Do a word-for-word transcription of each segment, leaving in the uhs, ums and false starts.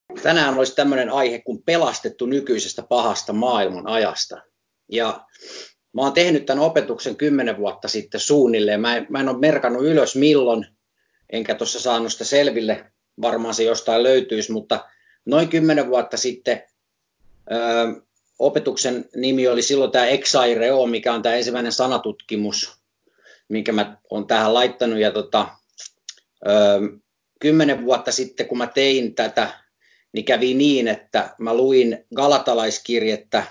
Tänään olisi tämmöinen aihe kuin pelastettu nykyisestä pahasta maailman ajasta. Ja mä oon tehnyt tämän opetuksen kymmenen vuotta sitten suunnilleen. Mä en, mä en ole merkannut ylös milloin, enkä tuossa saanut sitä selville. Varmaan se jostain löytyisi, mutta noin kymmenen vuotta sitten ö, opetuksen nimi oli silloin tämä Exaireo, mikä on tämä ensimmäinen sanatutkimus, minkä mä oon tähän laittanut. Ja tota, ö, kymmenen vuotta sitten, kun mä tein tätä, niin kävi niin, että mä luin Galatalaiskirjettä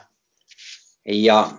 ja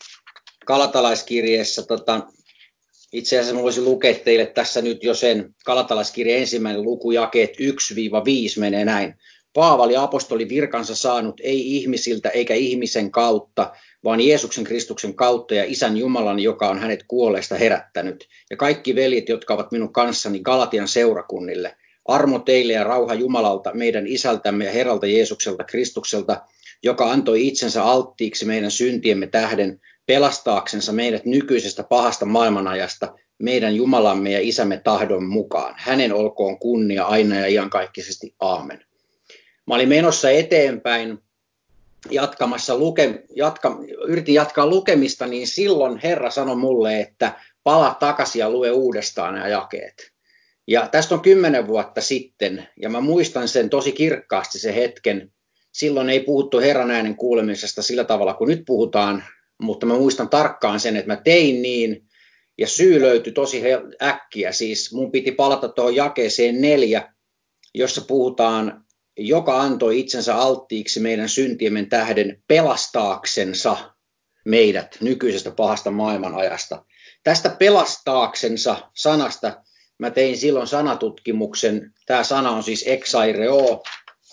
Galatalaiskirjeessä, tota, itse asiassa mä voisin lukea teille tässä nyt jo sen Galatalaiskirjeen ensimmäinen luku, jakeet yksi viisi menee näin. Paavali apostoli virkansa saanut ei ihmisiltä eikä ihmisen kautta, vaan Jeesuksen Kristuksen kautta ja Isän Jumalan, joka on hänet kuolleista herättänyt. Ja kaikki veljet, jotka ovat minun kanssani Galatian seurakunnille. Armo teille ja rauha Jumalalta, meidän Isältämme ja Herralta Jeesukselta Kristukselta, joka antoi itsensä alttiiksi meidän syntiemme tähden, pelastaaksensa meidät nykyisestä pahasta maailmanajasta, meidän Jumalamme ja Isämme tahdon mukaan. Hänen olkoon kunnia aina ja iankaikkisesti. Aamen. Mä olin menossa eteenpäin, jatkamassa luke, jatka, yritin jatkaa lukemista, niin silloin Herra sanoi mulle, että palaa takaisin ja lue uudestaan nämä jakeet. Ja tästä on kymmenen vuotta sitten, ja mä muistan sen tosi kirkkaasti sen hetken. Silloin ei puhuttu Herran äänen kuulemisesta sillä tavalla kuin nyt puhutaan, mutta mä muistan tarkkaan sen, että mä tein niin, ja syy löytyi tosi äkkiä. Siis mun piti palata tuohon jakeeseen neljä, jossa puhutaan, joka antoi itsensä alttiiksi meidän syntiemme tähden pelastaaksensa meidät nykyisestä pahasta maailmanajasta. Tästä pelastaaksensa sanasta mä tein silloin sanatutkimuksen. Tämä sana on siis exaireo.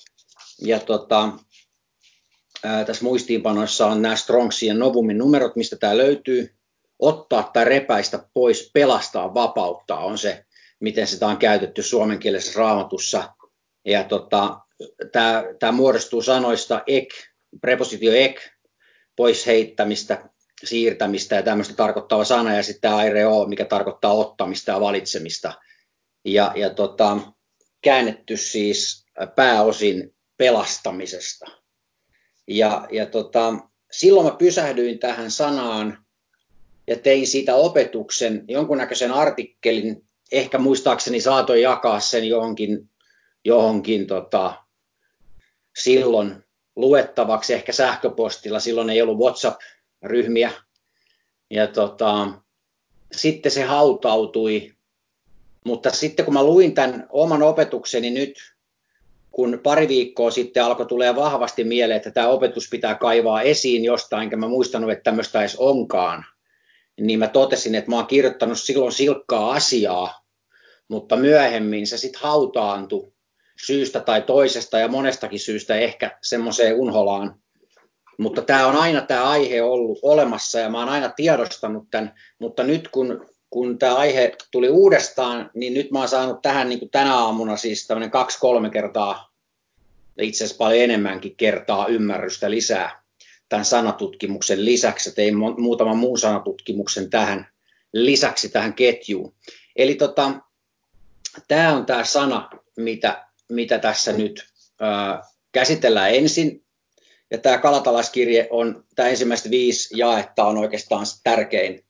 Ja tota, ää, tässä muistiinpanoissa on nämä Strongsin ja Novumin numerot, mistä tämä löytyy. Ottaa tai repäistä pois, pelastaa, vapauttaa on se, miten sitä on käytetty suomenkielisessä raamatussa. Ja tota, tämä, tämä muodostuu sanoista ek, prepositio ek, pois heittämistä, siirtämistä ja tämmöistä tarkoittava sana, ja sitten aireo, mikä tarkoittaa ottamista ja valitsemista. Ja, ja tota, käännetty siis pääosin pelastamisesta. Ja, ja tota, silloin mä pysähdyin tähän sanaan ja tein siitä opetuksen, jonkunnäköisen artikkelin. Ehkä muistaakseni saatoin jakaa sen johonkin, johonkin tota, silloin luettavaksi, ehkä sähköpostilla. Silloin ei ollut WhatsApp-ryhmiä. Ja tota, sitten se hautautui. Mutta sitten kun mä luin tämän oman opetukseni nyt, kun pari viikkoa sitten alkoi tulee vahvasti mieleen, että tämä opetus pitää kaivaa esiin jostain, enkä mä muistanut, että tämmöistä edes onkaan, niin mä totesin, että mä oon kirjoittanut silloin silkkaa asiaa, mutta myöhemmin se sitten hautaantui syystä tai toisesta ja monestakin syystä ehkä semmoiseen unholaan. Mutta tämä on aina tämä aihe ollut olemassa ja mä oon aina tiedostanut tämän, mutta nyt kun kun tämä aihe tuli uudestaan, niin nyt mä oon saanut tähän niin kuin tänä aamuna siis tämmöinen kaksi-kolme kertaa, itse asiassa paljon enemmänkin kertaa ymmärrystä lisää tämän sanatutkimuksen lisäksi. Tein muutaman muun sanatutkimuksen tähän lisäksi tähän ketjuun. Eli tota, tämä on tämä sana, mitä, mitä tässä nyt ää, käsitellään ensin. Ja tämä Galatalaiskirje on, tämä ensimmäiset viisi jaetta on oikeastaan tärkein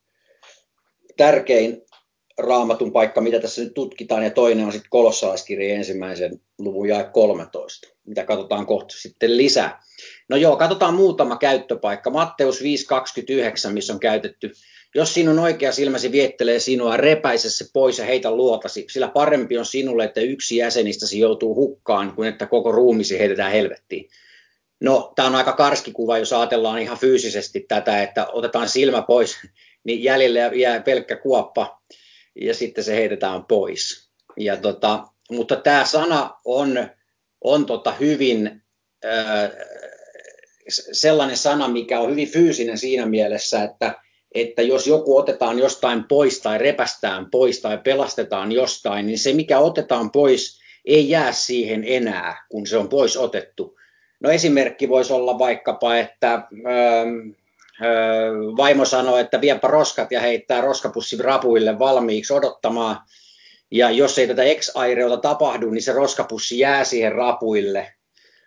tärkein raamatun paikka, mitä tässä nyt tutkitaan, ja toinen on sitten Kolossalaiskirjeen ensimmäisen luvun jae kolmetoista, mitä katsotaan kohta sitten lisää. No joo, katsotaan muutama käyttöpaikka. Matteus viisi kaksikymmentäyhdeksän, missä on käytetty, jos sinun oikea silmäsi viettelee sinua, repäise se pois ja heitä luotasi, sillä parempi on sinulle, että yksi jäsenistäsi joutuu hukkaan, kuin että koko ruumisi heitetään helvettiin. No, tämä on aika karski kuva, jos ajatellaan ihan fyysisesti tätä, että otetaan silmä pois, niin jäljelle jää pelkkä kuoppa ja sitten se heitetään pois. Ja tota, mutta tämä sana on, on tota hyvin äh, sellainen sana, mikä on hyvin fyysinen siinä mielessä, että, että jos joku otetaan jostain pois tai repästään pois tai pelastetaan jostain, niin se mikä otetaan pois ei jää siihen enää, kun se on pois otettu. No esimerkki voisi olla vaikkapa, että ähm, vaimo sanoo, että viepä roskat ja heittää roskapussin rapuille valmiiksi odottamaan. Ja jos ei tätä ex-aireota tapahdu, niin se roskapussi jää siihen rapuille.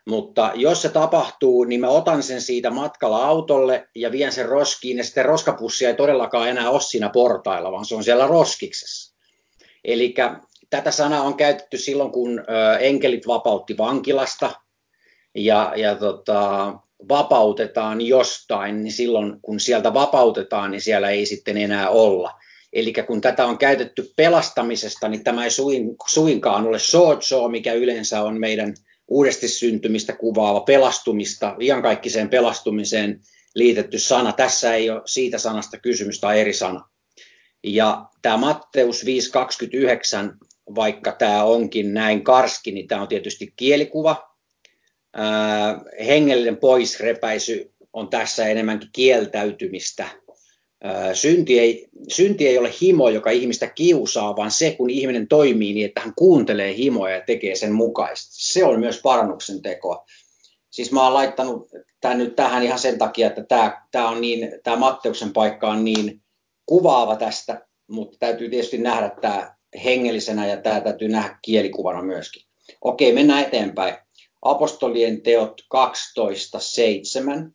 Mutta jos se tapahtuu, niin mä otan sen siitä matkalla autolle ja vien sen roskiin, ja sitten roskapussia ei todellakaan enää ole siinä portailla, vaan se on siellä roskiksessa. Eli tätä sanaa on käytetty silloin, kun enkelit vapautti vankilasta, ja, ja tota, vapautetaan jostain, niin silloin kun sieltä vapautetaan, niin siellä ei sitten enää olla. Eli kun tätä on käytetty pelastamisesta, niin tämä ei suin, suinkaan ole sozo, mikä yleensä on meidän uudesti syntymistä kuvaava pelastumista, iankaikkiseen pelastumiseen liitetty sana. Tässä ei ole siitä sanasta kysymys tai eri sana. Ja tämä Matteus viisi kaksikymmentäyhdeksän, vaikka tämä onkin näin karski, niin tämä on tietysti kielikuva. Ää, hengellinen poisrepäisy on tässä enemmänkin kieltäytymistä. Ää, synti, ei, synti ei ole himo, joka ihmistä kiusaa, vaan se, kun ihminen toimii niin, että hän kuuntelee himoja ja tekee sen mukaisesti. Se on myös parannuksen tekoa. Siis mä oon laittanut tämän nyt tähän ihan sen takia, että tämä, tämä, on niin, tämä Matteuksen paikka on niin kuvaava tästä, mutta täytyy tietysti nähdä tämä hengellisenä ja tämä täytyy nähdä kielikuvana myöskin. Okei, mennään eteenpäin. Apostolien teot kaksitoista seitsemän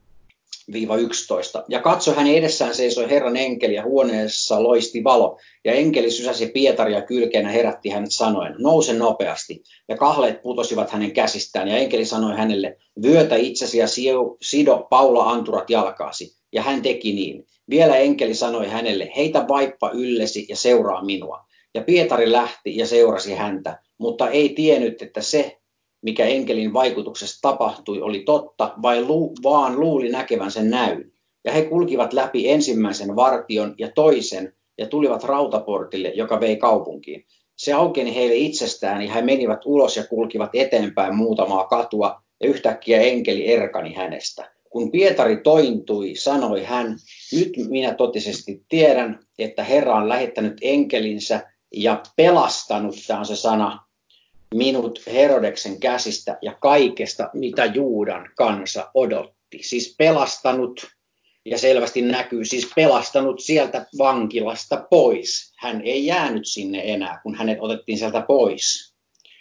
yksitoista. Ja katso, hänen edessään seisoi Herran enkeli ja huoneessa loisti valo. Ja enkeli sysäsi Pietaria kylkeen ja herätti hänet sanoen, nouse nopeasti. Ja kahleet putosivat hänen käsistään ja enkeli sanoi hänelle, vyötä itsesi ja sido paula-anturat jalkaasi. Ja hän teki niin. Vielä enkeli sanoi hänelle, heitä vaippa yllesi ja seuraa minua. Ja Pietari lähti ja seurasi häntä, mutta ei tiennyt, että se, mikä enkelin vaikutuksessa tapahtui, oli totta, vai lu, vaan luuli näkevän sen näyn. Ja he kulkivat läpi ensimmäisen vartion ja toisen, ja tulivat rautaportille, joka vei kaupunkiin. Se aukeni heille itsestään, ja he menivät ulos ja kulkivat eteenpäin muutamaa katua, ja yhtäkkiä enkeli erkani hänestä. Kun Pietari tointui, sanoi hän, nyt minä totisesti tiedän, että Herra on lähettänyt enkelinsä ja pelastanut, tämä on se sana, minut Herodeksen käsistä ja kaikesta, mitä Juudan kansa odotti. Siis pelastanut, ja selvästi näkyy, siis pelastanut sieltä vankilasta pois. Hän ei jäänyt sinne enää, kun hänet otettiin sieltä pois.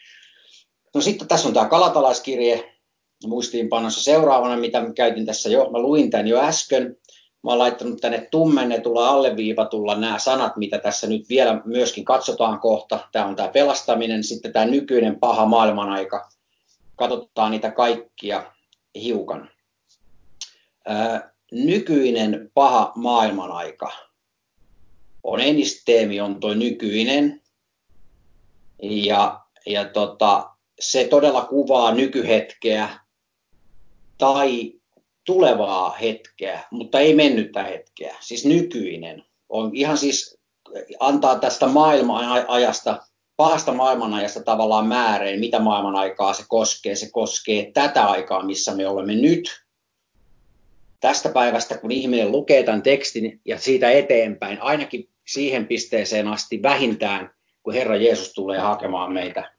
No sitten tässä on tämä Galatalaiskirje muistiinpanossa seuraavana, mitä mä käytin tässä jo. Mä luin tämän jo äsken. Mä oon laittanut tänne tummennetulla alleviivatulla nämä sanat, mitä tässä nyt vielä myöskin katsotaan kohta. Tämä on tämä pelastaminen, sitten tämä nykyinen paha maailmanaika. Katsotaan niitä kaikkia hiukan. Ää, nykyinen paha maailmanaika on enisteemi, on tuo nykyinen. Ja, ja tota, se todella kuvaa nykyhetkeä tai tulevaa hetkeä, mutta ei mennyttä hetkeä. Siis nykyinen on ihan siis antaa tästä maailmanajasta, pahasta maailmanajasta tavallaan määreen, mitä maailmanaikaa se koskee. Se koskee tätä aikaa, missä me olemme nyt. Tästä päivästä, kun ihminen lukee tämän tekstin ja siitä eteenpäin, ainakin siihen pisteeseen asti vähintään, kun Herra Jeesus tulee hakemaan meitä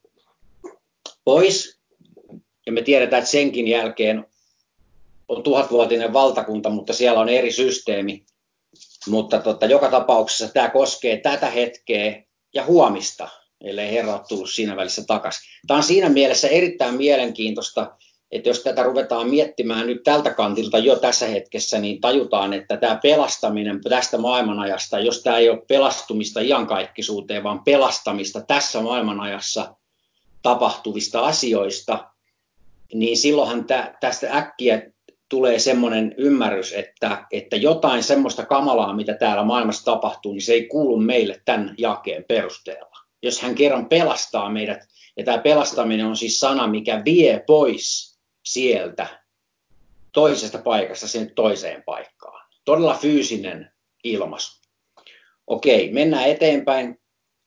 pois. Ja me tiedetään, että senkin jälkeen on tuhatvuotinen valtakunta, mutta siellä on eri systeemi. Mutta tota, joka tapauksessa tämä koskee tätä hetkeä ja huomista, ellei Herra ole tullut siinä välissä takaisin. Tämä on siinä mielessä erittäin mielenkiintoista, että jos tätä ruvetaan miettimään nyt tältä kantilta jo tässä hetkessä, niin tajutaan, että tämä pelastaminen tästä maailmanajasta, jos tämä ei ole pelastumista iankaikkisuuteen, vaan pelastamista tässä maailmanajassa tapahtuvista asioista, niin silloinhan tä, tästä äkkiä tulee semmoinen ymmärrys, että, että jotain semmoista kamalaa, mitä täällä maailmassa tapahtuu, niin se ei kuulu meille tämän jakeen perusteella. Jos hän kerran pelastaa meidät, ja tämä pelastaminen on siis sana, mikä vie pois sieltä toisesta paikasta sinne toiseen paikkaan. Todella fyysinen ilmaisu. Okei, mennään eteenpäin.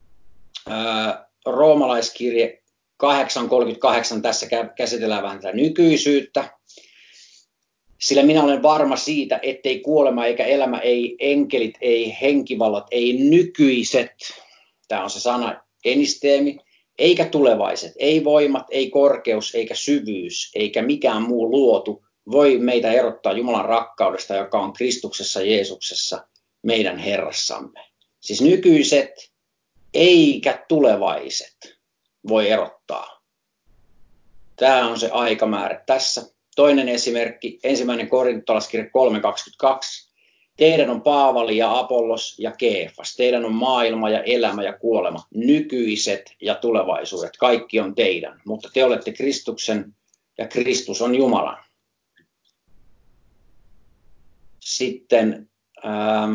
Ää, Roomalaiskirje kahdeksan kolmekymmentäkahdeksan, tässä käsitellään vähän tätä nykyisyyttä. Sillä minä olen varma siitä, ettei kuolema eikä elämä, ei enkelit, ei henkivallat, ei nykyiset, tämä on se sana enisteemi, eikä tulevaiset, ei voimat, ei korkeus, eikä syvyys, eikä mikään muu luotu voi meitä erottaa Jumalan rakkaudesta, joka on Kristuksessa Jeesuksessa, meidän Herrassamme. Siis nykyiset eikä tulevaiset voi erottaa. Tämä on se aikamäärä tässä. Toinen esimerkki, ensimmäinen korintolaiskirje kolme kaksikymmentäkaksi. Teidän on Paavali ja Apollos ja Keefas. Teidän on maailma ja elämä ja kuolema. Nykyiset ja tulevaisuudet. Kaikki on teidän. Mutta te olette Kristuksen ja Kristus on Jumalan. Sitten, ähm,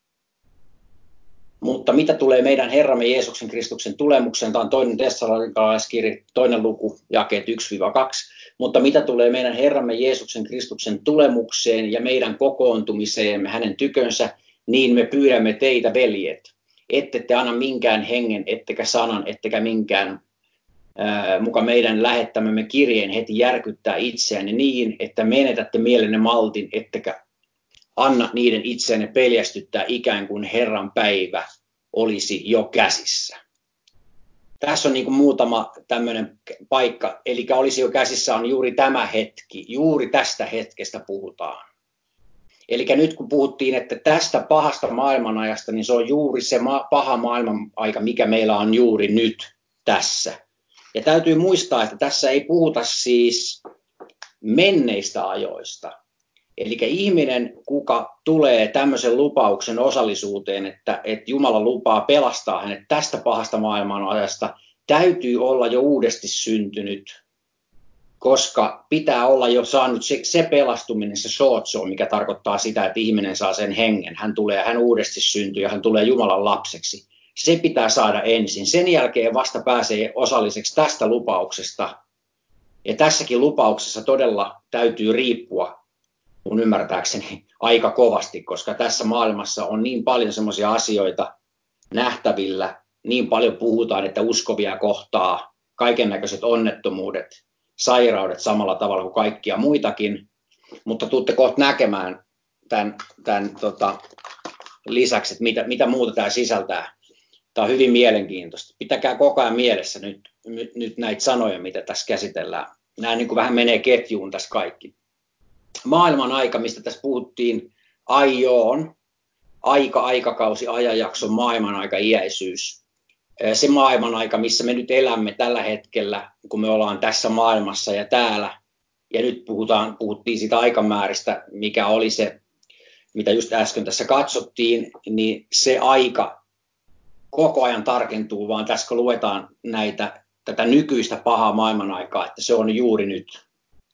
mutta mitä tulee meidän Herramme Jeesuksen Kristuksen tulemukseen, tämä on toinen tessalonikalaiskirje, toinen luku, jakeet yksi kaksi. Mutta mitä tulee meidän Herramme Jeesuksen Kristuksen tulemukseen ja meidän kokoontumiseemme hänen tykönsä, niin me pyydämme teitä, veljet, ette te anna minkään hengen, ettekä sanan, ettekä minkään ää, muka meidän lähettämämme kirjeen heti järkyttää itseänne niin, että menetätte mielenne maltin, ettekä anna niiden itseänne peljästyttää ikään kuin Herran päivä olisi jo käsissä. Tässä on niin kuin muutama tämmöinen paikka, eli olisi jo käsissä on juuri tämä hetki, juuri tästä hetkestä puhutaan. Eli nyt kun puhuttiin, että tästä pahasta maailmanajasta, niin se on juuri se ma- paha maailmanaika, mikä meillä on juuri nyt tässä. Ja täytyy muistaa, että tässä ei puhuta siis menneistä ajoista. Eli ihminen, kuka tulee tämmöisen lupauksen osallisuuteen, että, että Jumala lupaa pelastaa hänet tästä pahasta maailmanajasta, täytyy olla jo uudesti syntynyt, koska pitää olla jo saanut se, se pelastuminen, se sootso, mikä tarkoittaa sitä, että ihminen saa sen hengen. Hän tulee, hän uudesti syntyy ja hän tulee Jumalan lapseksi. Se pitää saada ensin. Sen jälkeen vasta pääsee osalliseksi tästä lupauksesta. Ja tässäkin lupauksessa todella täytyy riippua, mun ymmärtääkseni, aika kovasti, koska tässä maailmassa on niin paljon semmoisia asioita nähtävillä, niin paljon puhutaan, että uskovia kohtaa kaiken näköiset onnettomuudet, sairaudet samalla tavalla kuin kaikkia muitakin, mutta tuutte kohta näkemään tämän, tämän tota, lisäksi, että mitä, mitä muuta tämä sisältää. Tämä on hyvin mielenkiintoista. Pitäkää koko ajan mielessä nyt, nyt, nyt näitä sanoja, mitä tässä käsitellään. Nämä niin kuin vähän menee ketjuun tässä kaikki. Maailman aika, mistä tässä puhuttiin, aioon, aika, aikakausi, ajanjakso, maailman aika, iäisyys. Se maailman aika, missä me nyt elämme tällä hetkellä, kun me ollaan tässä maailmassa ja täällä. Ja nyt puhutaan, puhuttiin siitä aikamääristä, mikä oli se, mitä just äsken tässä katsottiin, niin se aika koko ajan tarkentuu, vaan tässä kun luetaan näitä, tätä nykyistä pahaa maailman aikaa, että se on juuri nyt.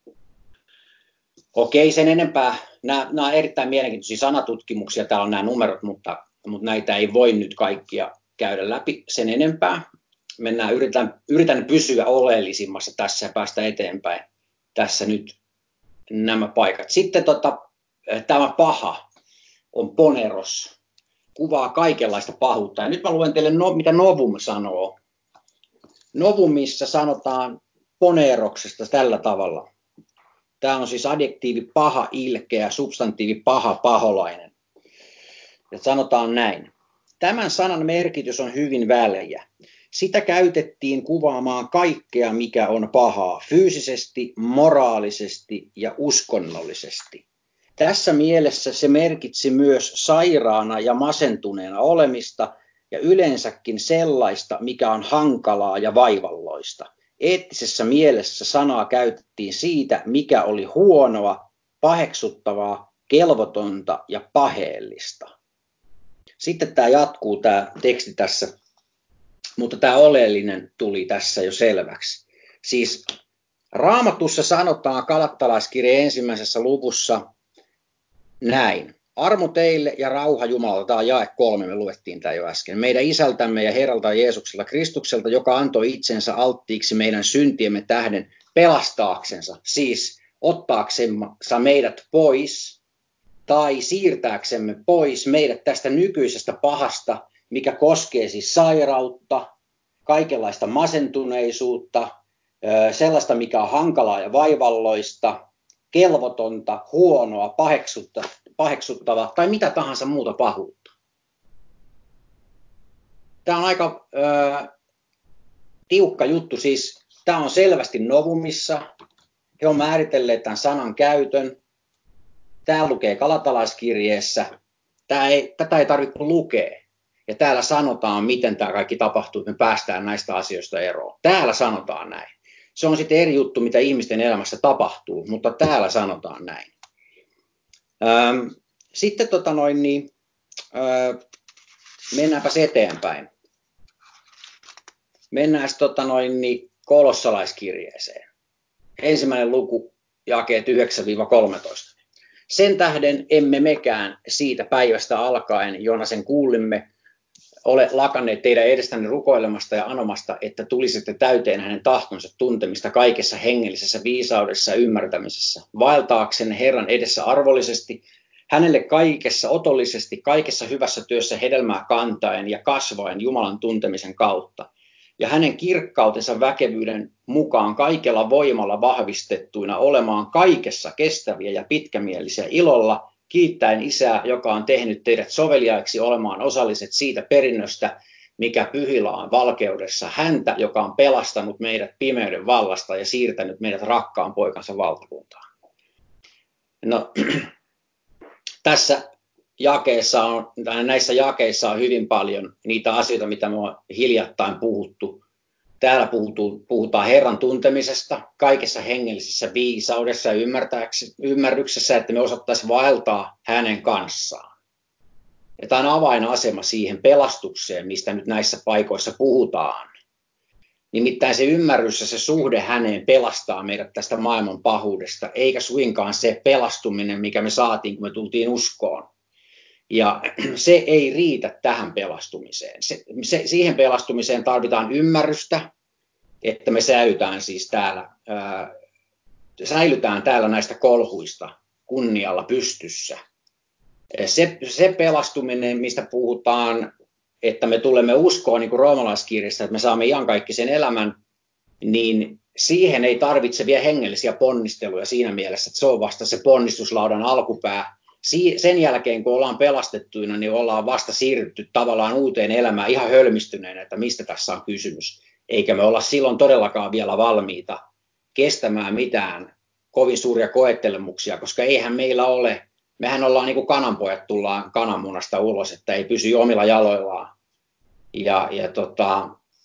Okei, sen enempää. Nämä, nämä on erittäin mielenkiintoisia sanatutkimuksia, täällä on nämä numerot, mutta, mutta näitä ei voi nyt kaikkia käydä läpi sen enempää. Mennään, yritän, yritän pysyä oleellisimmassa tässä ja päästä eteenpäin tässä nyt nämä paikat. Sitten tota, tämä paha on poneros, kuvaa kaikenlaista pahuutta. Ja nyt mä luen teille, no, mitä Novum sanoo. Novumissa sanotaan poneroksesta tällä tavalla. Tämä on siis adjektiivi paha, ilkeä, substantiivi paha, paholainen. Ja sanotaan näin. Tämän sanan merkitys on hyvin väljä. Sitä käytettiin kuvaamaan kaikkea, mikä on pahaa, fyysisesti, moraalisesti ja uskonnollisesti. Tässä mielessä se merkitsi myös sairaana ja masentuneena olemista ja yleensäkin sellaista, mikä on hankalaa ja vaivalloista. Eettisessä mielessä sanaa käytettiin siitä, mikä oli huonoa, paheksuttavaa, kelvotonta ja paheellista. Sitten tämä jatkuu, tämä teksti tässä, mutta tämä oleellinen tuli tässä jo selväksi. Siis Raamatussa sanotaan Galattalaiskirjeen ensimmäisessä luvussa näin. Armo teille ja rauha Jumalalta, tämä on jae kolme, me luettiin tämä jo äsken. Meidän isältämme ja Herralta Jeesuksella Kristukselta, joka antoi itsensä alttiiksi meidän syntiemme tähden pelastaaksensa, siis ottaaksensa meidät pois tai siirtääksemme pois meidät tästä nykyisestä pahasta, mikä koskee siis sairautta, kaikenlaista masentuneisuutta, sellaista, mikä on hankalaa ja vaivalloista, kelvotonta, huonoa, paheksuttavaa tai mitä tahansa muuta pahuutta. Tämä on aika ö, tiukka juttu, siis tämä on selvästi Novumissa. He on määritelleet tämän sanan käytön. Tämä lukee Galatalaiskirjeessä. Tämä ei, tätä ei tarvitse lukea. Ja täällä sanotaan, miten tämä kaikki tapahtuu, että me päästään näistä asioista eroon. Täällä sanotaan näin. Se on sitten eri juttu, mitä ihmisten elämässä tapahtuu, mutta täällä sanotaan näin. Ähm, sitten tota noin, niin, äh, mennäänpäs eteenpäin. Mennään tota noin, niin kolossalaiskirjeeseen. Ensimmäinen luku, jakeet yhdeksän kolmetoista. Sen tähden emme mekään siitä päivästä alkaen, jona sen kuulimme, ole lakanneet teidän edestänne rukoilemasta ja anomasta, että tulisitte täyteen hänen tahtonsa tuntemista kaikessa hengellisessä viisaudessa ja ymmärtämisessä, vaeltaaksenne Herran edessä arvollisesti, hänelle kaikessa otollisesti, kaikessa hyvässä työssä hedelmää kantaen ja kasvaen Jumalan tuntemisen kautta, ja hänen kirkkautensa väkevyyden mukaan kaikella voimalla vahvistettuina olemaan kaikessa kestäviä ja pitkämielisiä ilolla, kiittäen Isää, joka on tehnyt teidät soveliaiksi olemaan osalliset siitä perinnöstä, mikä pyhillä on valkeudessa, häntä, joka on pelastanut meidät pimeyden vallasta ja siirtänyt meidät rakkaan poikansa valtakuntaan. No, tässä jakeessa on, näissä jakeissa on hyvin paljon niitä asioita, mitä me on hiljattain puhuttu. Täällä puhutaan Herran tuntemisesta, kaikessa hengellisessä viisaudessa ja ymmärryksessä, että me osattaisiin vaeltaa hänen kanssaan. Ja tämä on avainasema siihen pelastukseen, mistä nyt näissä paikoissa puhutaan. Nimittäin se ymmärrys ja se suhde häneen pelastaa meidät tästä maailman pahuudesta, eikä suinkaan se pelastuminen, mikä me saatiin, kun me tultiin uskoon. Ja se ei riitä tähän pelastumiseen. Se, se, siihen pelastumiseen tarvitaan ymmärrystä, että me säilytään siis täällä, ää, säilytään täällä näistä kolhuista kunnialla pystyssä. Se, se pelastuminen, mistä puhutaan, että me tulemme uskoon, niin kuin roomalaiskirjassa, että me saamme iankaikkisen elämän, niin siihen ei tarvitse vielä hengellisiä ponnisteluja siinä mielessä, että se on vasta se ponnistuslaudan alkupää. Sen jälkeen, kun ollaan pelastettuina, niin ollaan vasta siirrytty tavallaan uuteen elämään ihan hölmistyneenä, että mistä tässä on kysymys. Eikä me olla silloin todellakaan vielä valmiita kestämään mitään kovin suuria koettelemuksia, koska eihän meillä ole, mehän ollaan niin kuin kananpojat, tullaan kananmunasta ulos, että ei pysy omilla jaloillaan. Ja, ja tota,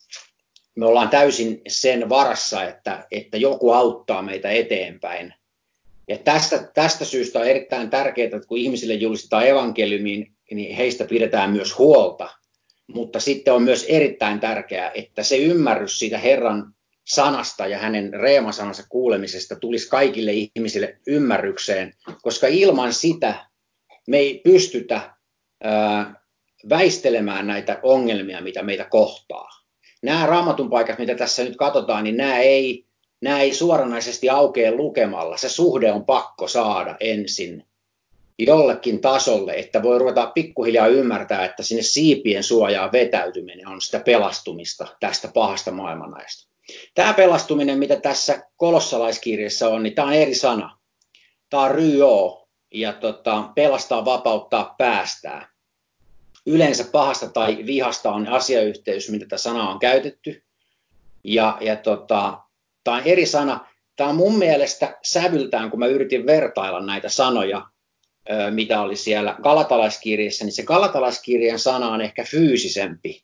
me ollaan täysin sen varassa, että, että joku auttaa meitä eteenpäin. Ja tästä, tästä syystä on erittäin tärkeää, että kun ihmisille julistetaan evankeliumiin, niin heistä pidetään myös huolta. Mutta sitten on myös erittäin tärkeää, että se ymmärrys siitä Herran sanasta ja hänen reemasanansa kuulemisesta tulisi kaikille ihmisille ymmärrykseen, koska ilman sitä me ei pystytä ää, väistelemään näitä ongelmia, mitä meitä kohtaa. Nämä raamatun paikat, mitä tässä nyt katsotaan, niin nämä ei... Nämä ei suoranaisesti aukea lukemalla. Se suhde on pakko saada ensin jollekin tasolle, että voi ruveta pikkuhiljaa ymmärtää, että sinne siipien suojaan vetäytyminen on sitä pelastumista tästä pahasta maailmanajasta. Tämä pelastuminen, mitä tässä kolossalaiskirjassa on, niin tämä on eri sana. Tämä on ryö ja tota, pelastaa, vapauttaa, päästää. Yleensä pahasta tai vihasta on asiayhteys, mitä tämä sana on käytetty. Ja, ja tota, tämä on eri sana. Tämä on mun mielestä sävyltään, kun mä yritin vertailla näitä sanoja, mitä oli siellä galatalaiskirjassa, niin se galatalaiskirjan sana on ehkä fyysisempi.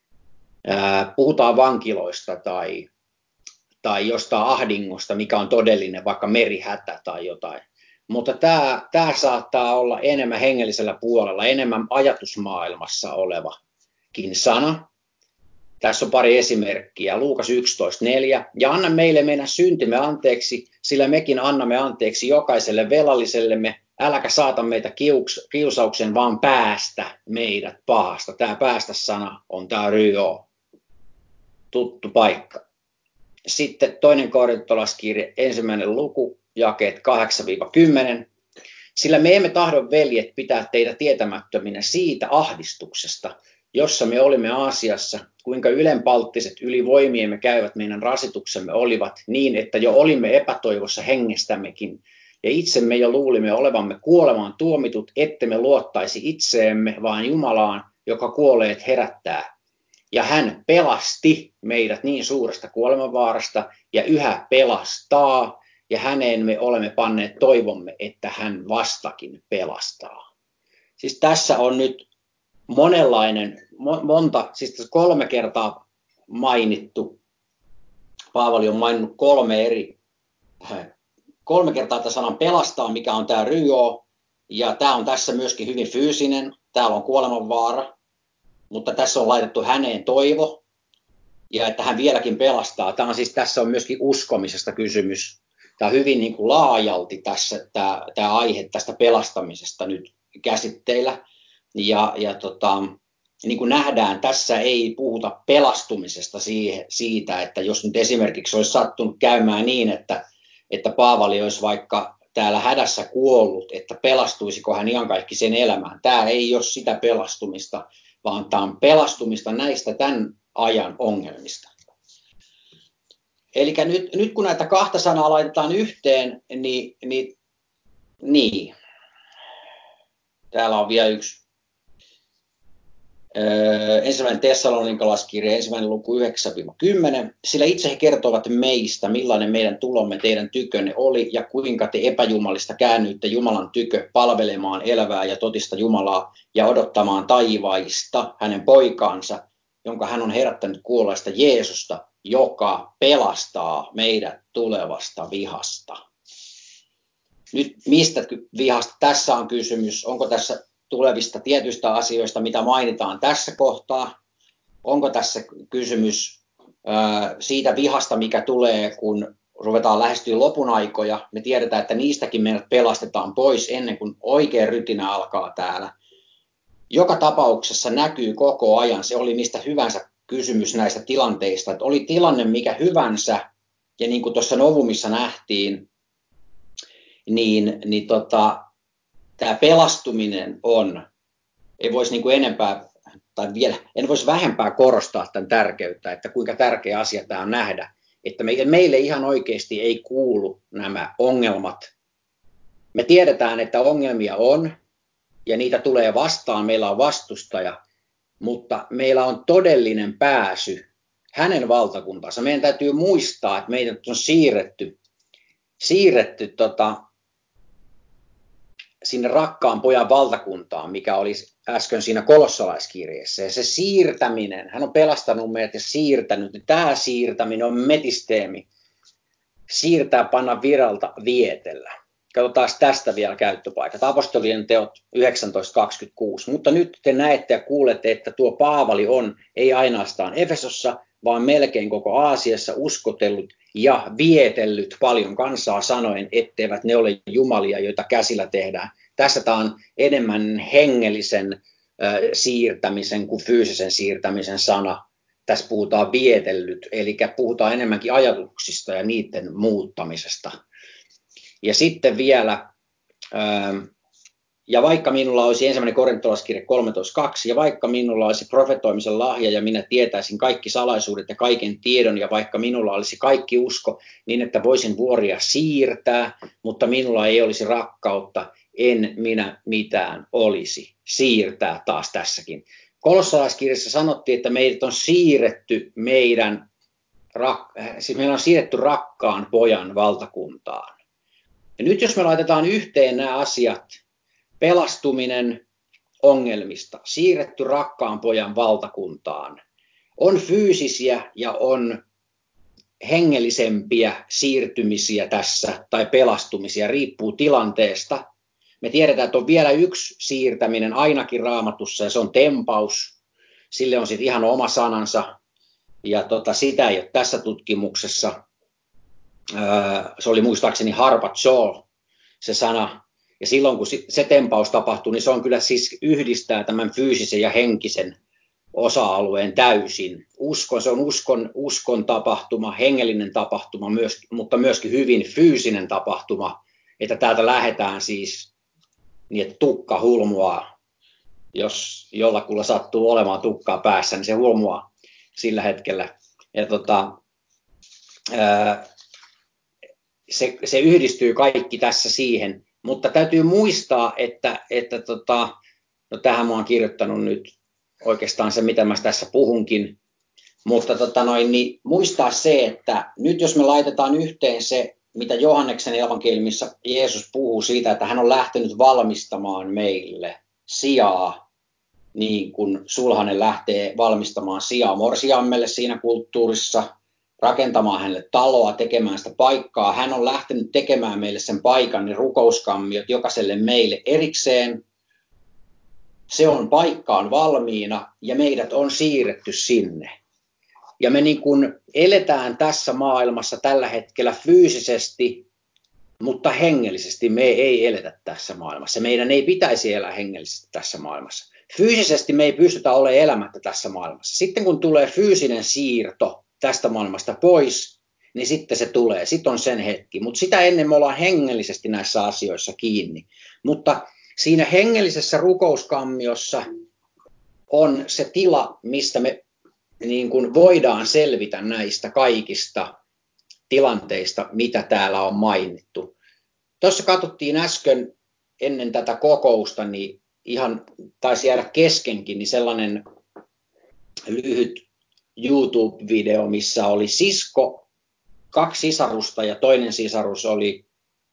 Puhutaan vankiloista tai, tai jostain ahdingosta, mikä on todellinen, vaikka merihätä tai jotain. Mutta tämä, tämä saattaa olla enemmän hengellisellä puolella, enemmän ajatusmaailmassa olevakin sana. Tässä on pari esimerkkiä. Luukas yksitoista neljä. Ja anna meille meidän syntimme anteeksi, sillä mekin annamme anteeksi jokaiselle velallisellemme. Äläkä saata meitä kiuks, kiusauksen, vaan päästä meidät pahasta. Tämä päästä-sana on tämä ryö. Tuttu paikka. Sitten toinen korintolaiskirje, ensimmäinen luku, jakeet kahdeksan kymmenen. Sillä me emme tahdo, veljet, pitää teitä tietämättöminä siitä ahdistuksesta, jossa me olimme Aasiassa, kuinka ylenpalttiset yli voimiemme käyvät meidän rasituksemme olivat, niin että jo olimme epätoivossa hengestämmekin, ja itsemme jo luulimme olevamme kuolemaan tuomitut, ettemme luottaisi itseemme, vaan Jumalaan, joka kuolleet herättää. Ja hän pelasti meidät niin suuresta kuolemanvaarasta, ja yhä pelastaa, ja häneen me olemme panneet toivomme, että hän vastakin pelastaa. Siis tässä on nyt monenlainen, monta, siis kolme kertaa mainittu Paavali on maininnut kolme eri, kolme kertaa tämän sanan pelastaa, mikä on tämä ryö, ja tämä on tässä myöskin hyvin fyysinen, täällä on kuolemanvaara, mutta tässä on laitettu häneen toivo, ja että hän vieläkin pelastaa. Tämä on siis, tässä on myöskin uskomisesta kysymys. Tämä on hyvin niin kuin laajalti tässä tämä, tämä aihe tästä pelastamisesta nyt käsitteillä. Ja, ja tota, niin kuin nähdään, tässä ei puhuta pelastumisesta siihen, siitä, että jos nyt esimerkiksi olisi sattunut käymään niin, että, että Paavali olisi vaikka täällä hädässä kuollut, että pelastuisiko hän iankaikkiseen elämään. Tämä ei ole sitä pelastumista, vaan tämä on pelastumista näistä tämän ajan ongelmista. Eli nyt, nyt kun näitä kahta sanaa laitetaan yhteen, niin, niin, niin. Täällä on vielä yksi. Öö, ensimmäinen Tessalonikalaiskirja, ensimmäinen luku yhdeksän kymmenen. Sillä itse he kertovat meistä, millainen meidän tulomme teidän tykönne oli ja kuinka te epäjumalista käännyitte Jumalan tykö palvelemaan elävää ja totista Jumalaa ja odottamaan taivaista hänen poikaansa, jonka hän on herättänyt kuolleista, Jeesusta, joka pelastaa meidät tulevasta vihasta. Nyt mistä vihasta tässä on kysymys? Onko tässä tulevista tietyistä asioista, mitä mainitaan tässä kohtaa? Onko tässä kysymys ää, siitä vihasta, mikä tulee, kun ruvetaan lähestyä lopun aikoja? Me tiedetään, että niistäkin meidät pelastetaan pois ennen kuin oikea rytinä alkaa täällä. Joka tapauksessa näkyy koko ajan, se oli mistä hyvänsä kysymys näistä tilanteista, että oli tilanne mikä hyvänsä, ja niin kuin tuossa Novumissa nähtiin, niin, niin tota, tämä pelastuminen on, ei voisi niin kuin enempää, tai vielä, en voisi vähempää korostaa tämän tärkeyttä, että kuinka tärkeä asia tämä on nähdä, että meille ihan oikeasti ei kuulu nämä ongelmat. Me tiedetään, että ongelmia on, ja niitä tulee vastaan, meillä on vastustaja, mutta meillä on todellinen pääsy hänen valtakuntaansa. Meidän täytyy muistaa, että meidät on siirretty, siirretty tota, sinne rakkaan pojan valtakuntaan, mikä oli äsken siinä kolossalaiskirjeessä. Ja se siirtäminen, hän on pelastanut meidät ja siirtänyt, niin tämä siirtäminen on metisteemi. Siirtää, panna viralta, vietellä. Katsotaan tästä vielä käyttöpaikat. Apostolien teot yhdeksäntoista kaksikymmentäkuusi. Mutta nyt te näette ja kuulette, että tuo Paavali on ei ainoastaan Efesossa, vaan melkein koko Aasiassa uskotellut ja vietellyt paljon kansaa sanoen, etteivät ne ole jumalia, joita käsillä tehdään. Tässä tämä on enemmän hengellisen äh, siirtämisen kuin fyysisen siirtämisen sana. Tässä puhutaan vietellyt, eli puhutaan enemmänkin ajatuksista ja niiden muuttamisesta. Ja sitten vielä, ja vaikka minulla olisi ensimmäinen korintolaiskirje kolmetoista kaksi, ja vaikka minulla olisi profetoimisen lahja ja minä tietäisin kaikki salaisuudet ja kaiken tiedon, ja vaikka minulla olisi kaikki usko niin, että voisin vuoria siirtää, mutta minulla ei olisi rakkautta, en minä mitään olisi. Siirtää taas tässäkin. Kolossalaiskirjassa sanottiin, että meidät on siirretty meidän, siis meillä on siirretty rakkaan pojan valtakuntaan. Ja nyt jos me laitetaan yhteen nämä asiat, pelastuminen ongelmista, siirretty rakkaan pojan valtakuntaan, on fyysisiä ja on hengellisempiä siirtymisiä tässä tai pelastumisia, riippuu tilanteesta. Me tiedetään, että on vielä yksi siirtäminen ainakin Raamatussa ja se on tempaus. Sille on sitten ihan oma sanansa ja tota, sitä ei ole tässä tutkimuksessa. Se oli muistaakseni harpazo, se sana. Ja silloin kun se tempaus tapahtuu, niin se on kyllä siis yhdistää tämän fyysisen ja henkisen osa-alueen täysin. Uskon, se on uskon, uskon tapahtuma, hengellinen tapahtuma, myös, mutta myöskin hyvin fyysinen tapahtuma, että täältä lähdetään siis niin, että tukka hulmuaa. Jos jollakulla sattuu olemaan tukkaa päässä, niin se hulmuaa sillä hetkellä. Ja tota, ää, Se, se yhdistyy kaikki tässä siihen, mutta täytyy muistaa, että, että tota, no tähän mä oon kirjoittanut nyt oikeastaan se, mitä mä tässä puhunkin, mutta tota noin, niin muistaa se, että nyt jos me laitetaan yhteen se, mitä Johanneksen evankeliumissa Jeesus puhuu siitä, että hän on lähtenyt valmistamaan meille sijaa, niin kuin sulhanen lähtee valmistamaan sijaa morsiammelle siinä kulttuurissa, rakentamaan hänelle taloa, tekemään sitä paikkaa. Hän on lähtenyt tekemään meille sen paikan, niin rukouskammiot jokaiselle meille erikseen. Se on paikka on valmiina ja meidät on siirretty sinne. Ja me niin kuin eletään tässä maailmassa tällä hetkellä fyysisesti, mutta hengellisesti me ei eletä tässä maailmassa. Meidän ei pitäisi elää hengellisesti tässä maailmassa. Fyysisesti me ei pystytä olemaan elämättä tässä maailmassa. Sitten kun tulee fyysinen siirto tästä maailmasta pois, niin sitten se tulee. Sitten on sen hetki. Mutta sitä ennen me ollaan hengellisesti näissä asioissa kiinni. Mutta siinä hengellisessä rukouskammiossa on se tila, mistä me niin kuin voidaan selvitä näistä kaikista tilanteista, mitä täällä on mainittu. Tuossa katsottiin äsken ennen tätä kokousta, niin ihan taisi jäädä keskenkin, niin sellainen lyhyt YouTube-video, missä oli sisko, kaksi sisarusta ja toinen sisarus oli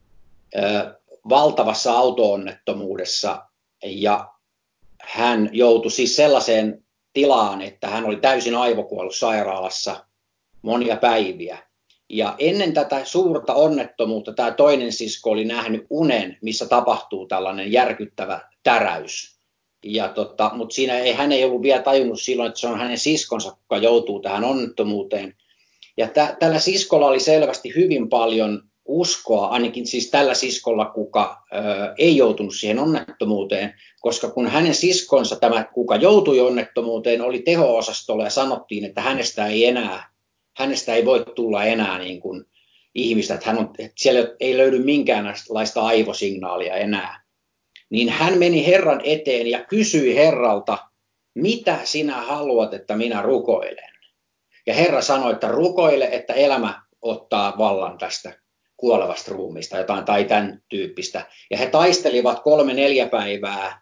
ö, valtavassa auto-onnettomuudessa ja hän joutui siis sellaiseen tilaan, että hän oli täysin aivokuollut sairaalassa monia päiviä. Ja ennen tätä suurta onnettomuutta tämä toinen sisko oli nähnyt unen, missä tapahtuu tällainen järkyttävä täräys. Ja tota, mutta siinä ei, hän ei ollut vielä tajunnut silloin, että se on hänen siskonsa, joka joutuu tähän onnettomuuteen. Ja tä, tällä siskolla oli selvästi hyvin paljon uskoa, ainakin siis tällä siskolla, kuka ö, ei joutunut siihen onnettomuuteen, koska kun hänen siskonsa, tämä kuka joutui onnettomuuteen, oli teho-osastolla ja sanottiin, että hänestä ei enää, hänestä ei voi tulla enää niin kuin ihmistä, että, hän on, että siellä ei löydy minkäänlaista aivosignaalia enää. Niin hän meni Herran eteen ja kysyi Herralta, mitä sinä haluat, että minä rukoilen? Ja Herra sanoi, että rukoile, että elämä ottaa vallan tästä kuolevasta ruumiista jotain tai tämän tyyppistä. Ja he taistelivat kolme neljä päivää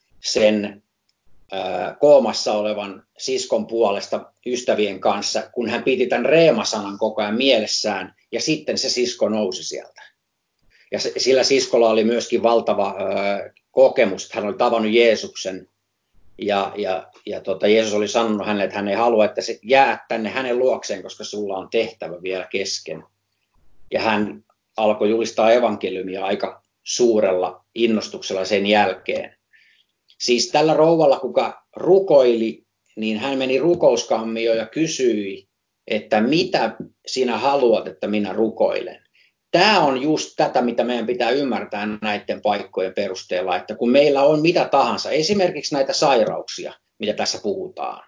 sen äh, koomassa olevan siskon puolesta ystävien kanssa, kun hän piti tämän reema-sanan koko ajan mielessään, ja sitten se sisko nousi sieltä. Ja se, sillä siskolla oli myöskin valtava äh, kokemus, että hän oli tavannut Jeesuksen, ja, ja, ja tota, Jeesus oli sanonut hänelle, että hän ei halua, että se jää tänne hänen luokseen, koska sulla on tehtävä vielä kesken. Ja hän alkoi julistaa evankeliumia aika suurella innostuksella sen jälkeen. Siis tällä rouvalla, kuka rukoili, niin hän meni rukouskammioon ja kysyi, että mitä sinä haluat, että minä rukoilen. Tämä on just tätä, mitä meidän pitää ymmärtää näiden paikkojen perusteella, että kun meillä on mitä tahansa, esimerkiksi näitä sairauksia, mitä tässä puhutaan,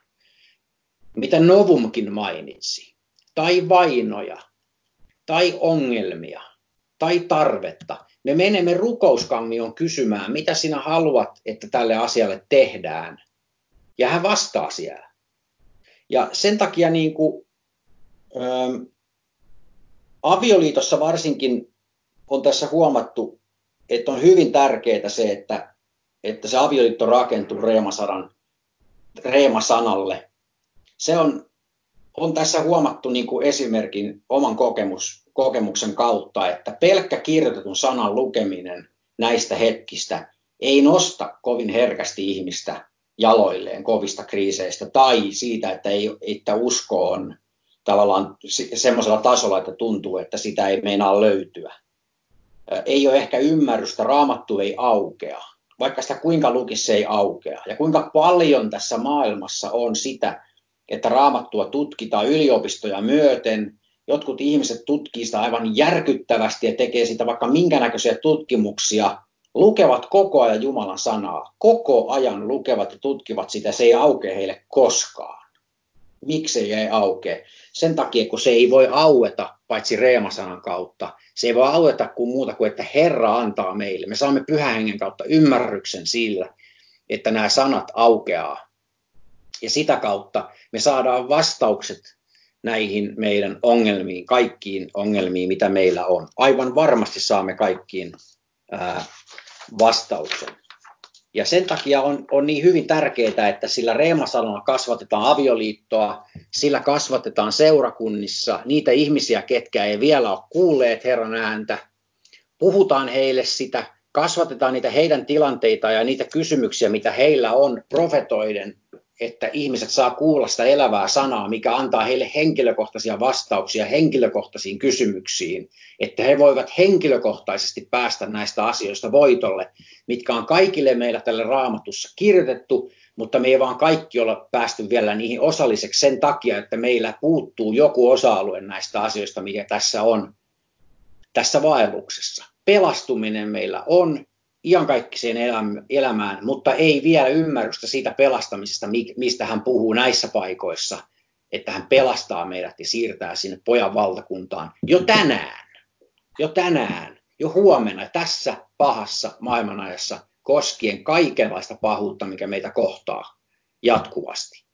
mitä Novumkin mainitsi, tai vainoja, tai ongelmia, tai tarvetta, me menemme rukouskammioon kysymään, mitä sinä haluat, että tälle asialle tehdään, ja hän vastaa siellä. Ja sen takia niin kuin, ähm, avioliitossa varsinkin on tässä huomattu, että on hyvin tärkeää se, että, että se avioliitto rakentuu reemasanan, reemasanalle. Se on, on tässä huomattu niin kuin esimerkin oman kokemus, kokemuksen kautta, että pelkkä kirjoitetun sanan lukeminen näistä hetkistä ei nosta kovin herkästi ihmistä jaloilleen kovista kriiseistä tai siitä, että, ei, että usko on tavallaan semmoisella tasolla, että tuntuu, että sitä ei meinaa löytyä. Ei ole ehkä ymmärrystä, Raamattu ei aukea, vaikka sitä kuinka lukisi se ei aukea. Ja kuinka paljon tässä maailmassa on sitä, että Raamattua tutkitaan yliopistoja myöten. Jotkut ihmiset tutkii sitä aivan järkyttävästi ja tekee sitä vaikka minkä näköisiä tutkimuksia, lukevat koko ajan Jumalan sanaa, koko ajan lukevat ja tutkivat sitä, se ei aukea heille koskaan. Miksi ei aukea? Sen takia, kun se ei voi aueta paitsi reemasanan kautta. Se ei voi aueta kuin muuta kuin, että Herra antaa meille. Me saamme Pyhän Hengen kautta ymmärryksen sillä, että nämä sanat aukeaa. Ja sitä kautta me saadaan vastaukset näihin meidän ongelmiin, kaikkiin ongelmiin, mitä meillä on. Aivan varmasti saamme kaikkiin ää, vastauksen. Ja sen takia on, on niin hyvin tärkeää, että sillä reemasanalla kasvatetaan avioliittoa, sillä kasvatetaan seurakunnissa niitä ihmisiä, ketkä ei vielä ole kuulleet Herran ääntä. Puhutaan heille sitä, kasvatetaan niitä heidän tilanteitaan ja niitä kysymyksiä, mitä heillä on profetoiden että ihmiset saa kuulla sitä elävää sanaa, mikä antaa heille henkilökohtaisia vastauksia henkilökohtaisiin kysymyksiin, että he voivat henkilökohtaisesti päästä näistä asioista voitolle, mitkä on kaikille meillä tälle Raamatussa kirjoitettu, mutta me ei vaan kaikki olla päästy vielä niihin osalliseksi sen takia, että meillä puuttuu joku osa-alue näistä asioista, mikä tässä on, tässä vaelluksessa. Pelastuminen meillä on iankaikkiseen elämään, mutta ei vielä ymmärrystä siitä pelastamisesta, mistä hän puhuu näissä paikoissa, että hän pelastaa meidät ja siirtää sinne pojan valtakuntaan jo tänään, jo tänään, jo huomenna tässä pahassa maailmanajassa koskien kaikenlaista pahuutta, mikä meitä kohtaa jatkuvasti.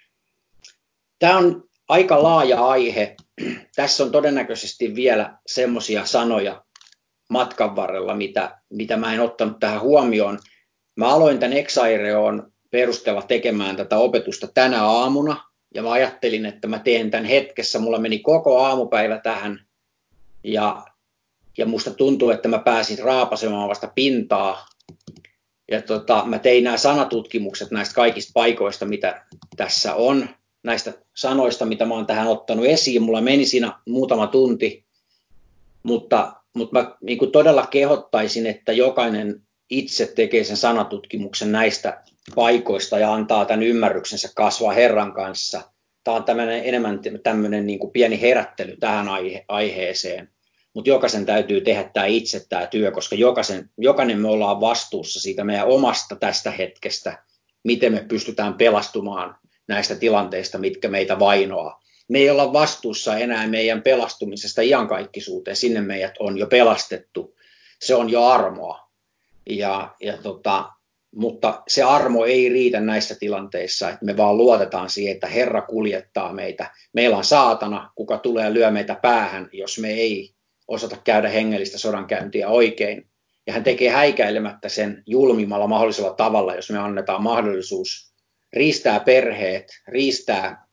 Tämä on aika laaja aihe. Tässä on todennäköisesti vielä semmoisia sanoja matkan varrella, mitä, mitä mä en ottanut tähän huomioon. Mä aloin tämän Exaireon perusteella tekemään tätä opetusta tänä aamuna, ja mä ajattelin, että mä teen tämän hetkessä. Mulla meni koko aamupäivä tähän, ja, ja musta tuntuu, että mä pääsin raapasemaan vasta pintaa. Ja tota, mä tein nämä sanatutkimukset näistä kaikista paikoista, mitä tässä on, näistä sanoista, mitä mä oon tähän ottanut esiin. Mulla meni siinä muutama tunti, mutta Mutta mä niin kuin todella kehottaisin, että jokainen itse tekee sen sanatutkimuksen näistä paikoista ja antaa tämän ymmärryksensä kasvaa Herran kanssa. Tämä on tämmöinen, enemmän tämmöinen niin kuin pieni herättely tähän aihe- aiheeseen. Mutta jokaisen täytyy tehdä tämä itse tämä työ, koska jokaisen, jokainen me ollaan vastuussa siitä meidän omasta tästä hetkestä, miten me pystytään pelastumaan näistä tilanteista, mitkä meitä vainoaa. Me ei olla vastuussa enää meidän pelastumisesta iankaikkisuuteen, sinne meidät on jo pelastettu, se on jo armoa. Ja, ja tota, mutta se armo ei riitä näissä tilanteissa, että me vaan luotetaan siihen, että Herra kuljettaa meitä. Meillä on saatana, kuka tulee lyö meitä päähän, jos me ei osata käydä hengellistä sodankäyntiä oikein. Ja hän tekee häikäilemättä sen julmimmalla mahdollisella tavalla, jos me annetaan mahdollisuus riistää perheet, riistää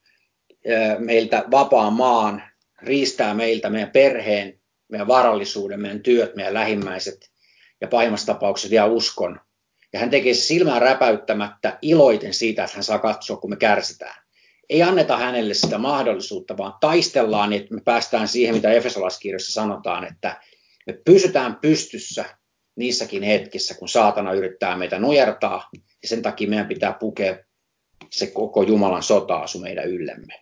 meiltä vapaan maan, riistää meiltä meidän perheen, meidän varallisuuden, meidän työt, meidän lähimmäiset ja pahimmassa tapauksessa vielä uskon. Ja hän tekee se silmään räpäyttämättä iloiten siitä, että hän saa katsoa, kun me kärsitään. Ei anneta hänelle sitä mahdollisuutta, vaan taistellaan, niin että me päästään siihen, mitä Efesolaiskirjassa sanotaan, että me pysytään pystyssä niissäkin hetkissä, kun saatana yrittää meitä nujertaa, ja sen takia meidän pitää pukea se koko Jumalan sota-asu meidän yllemme.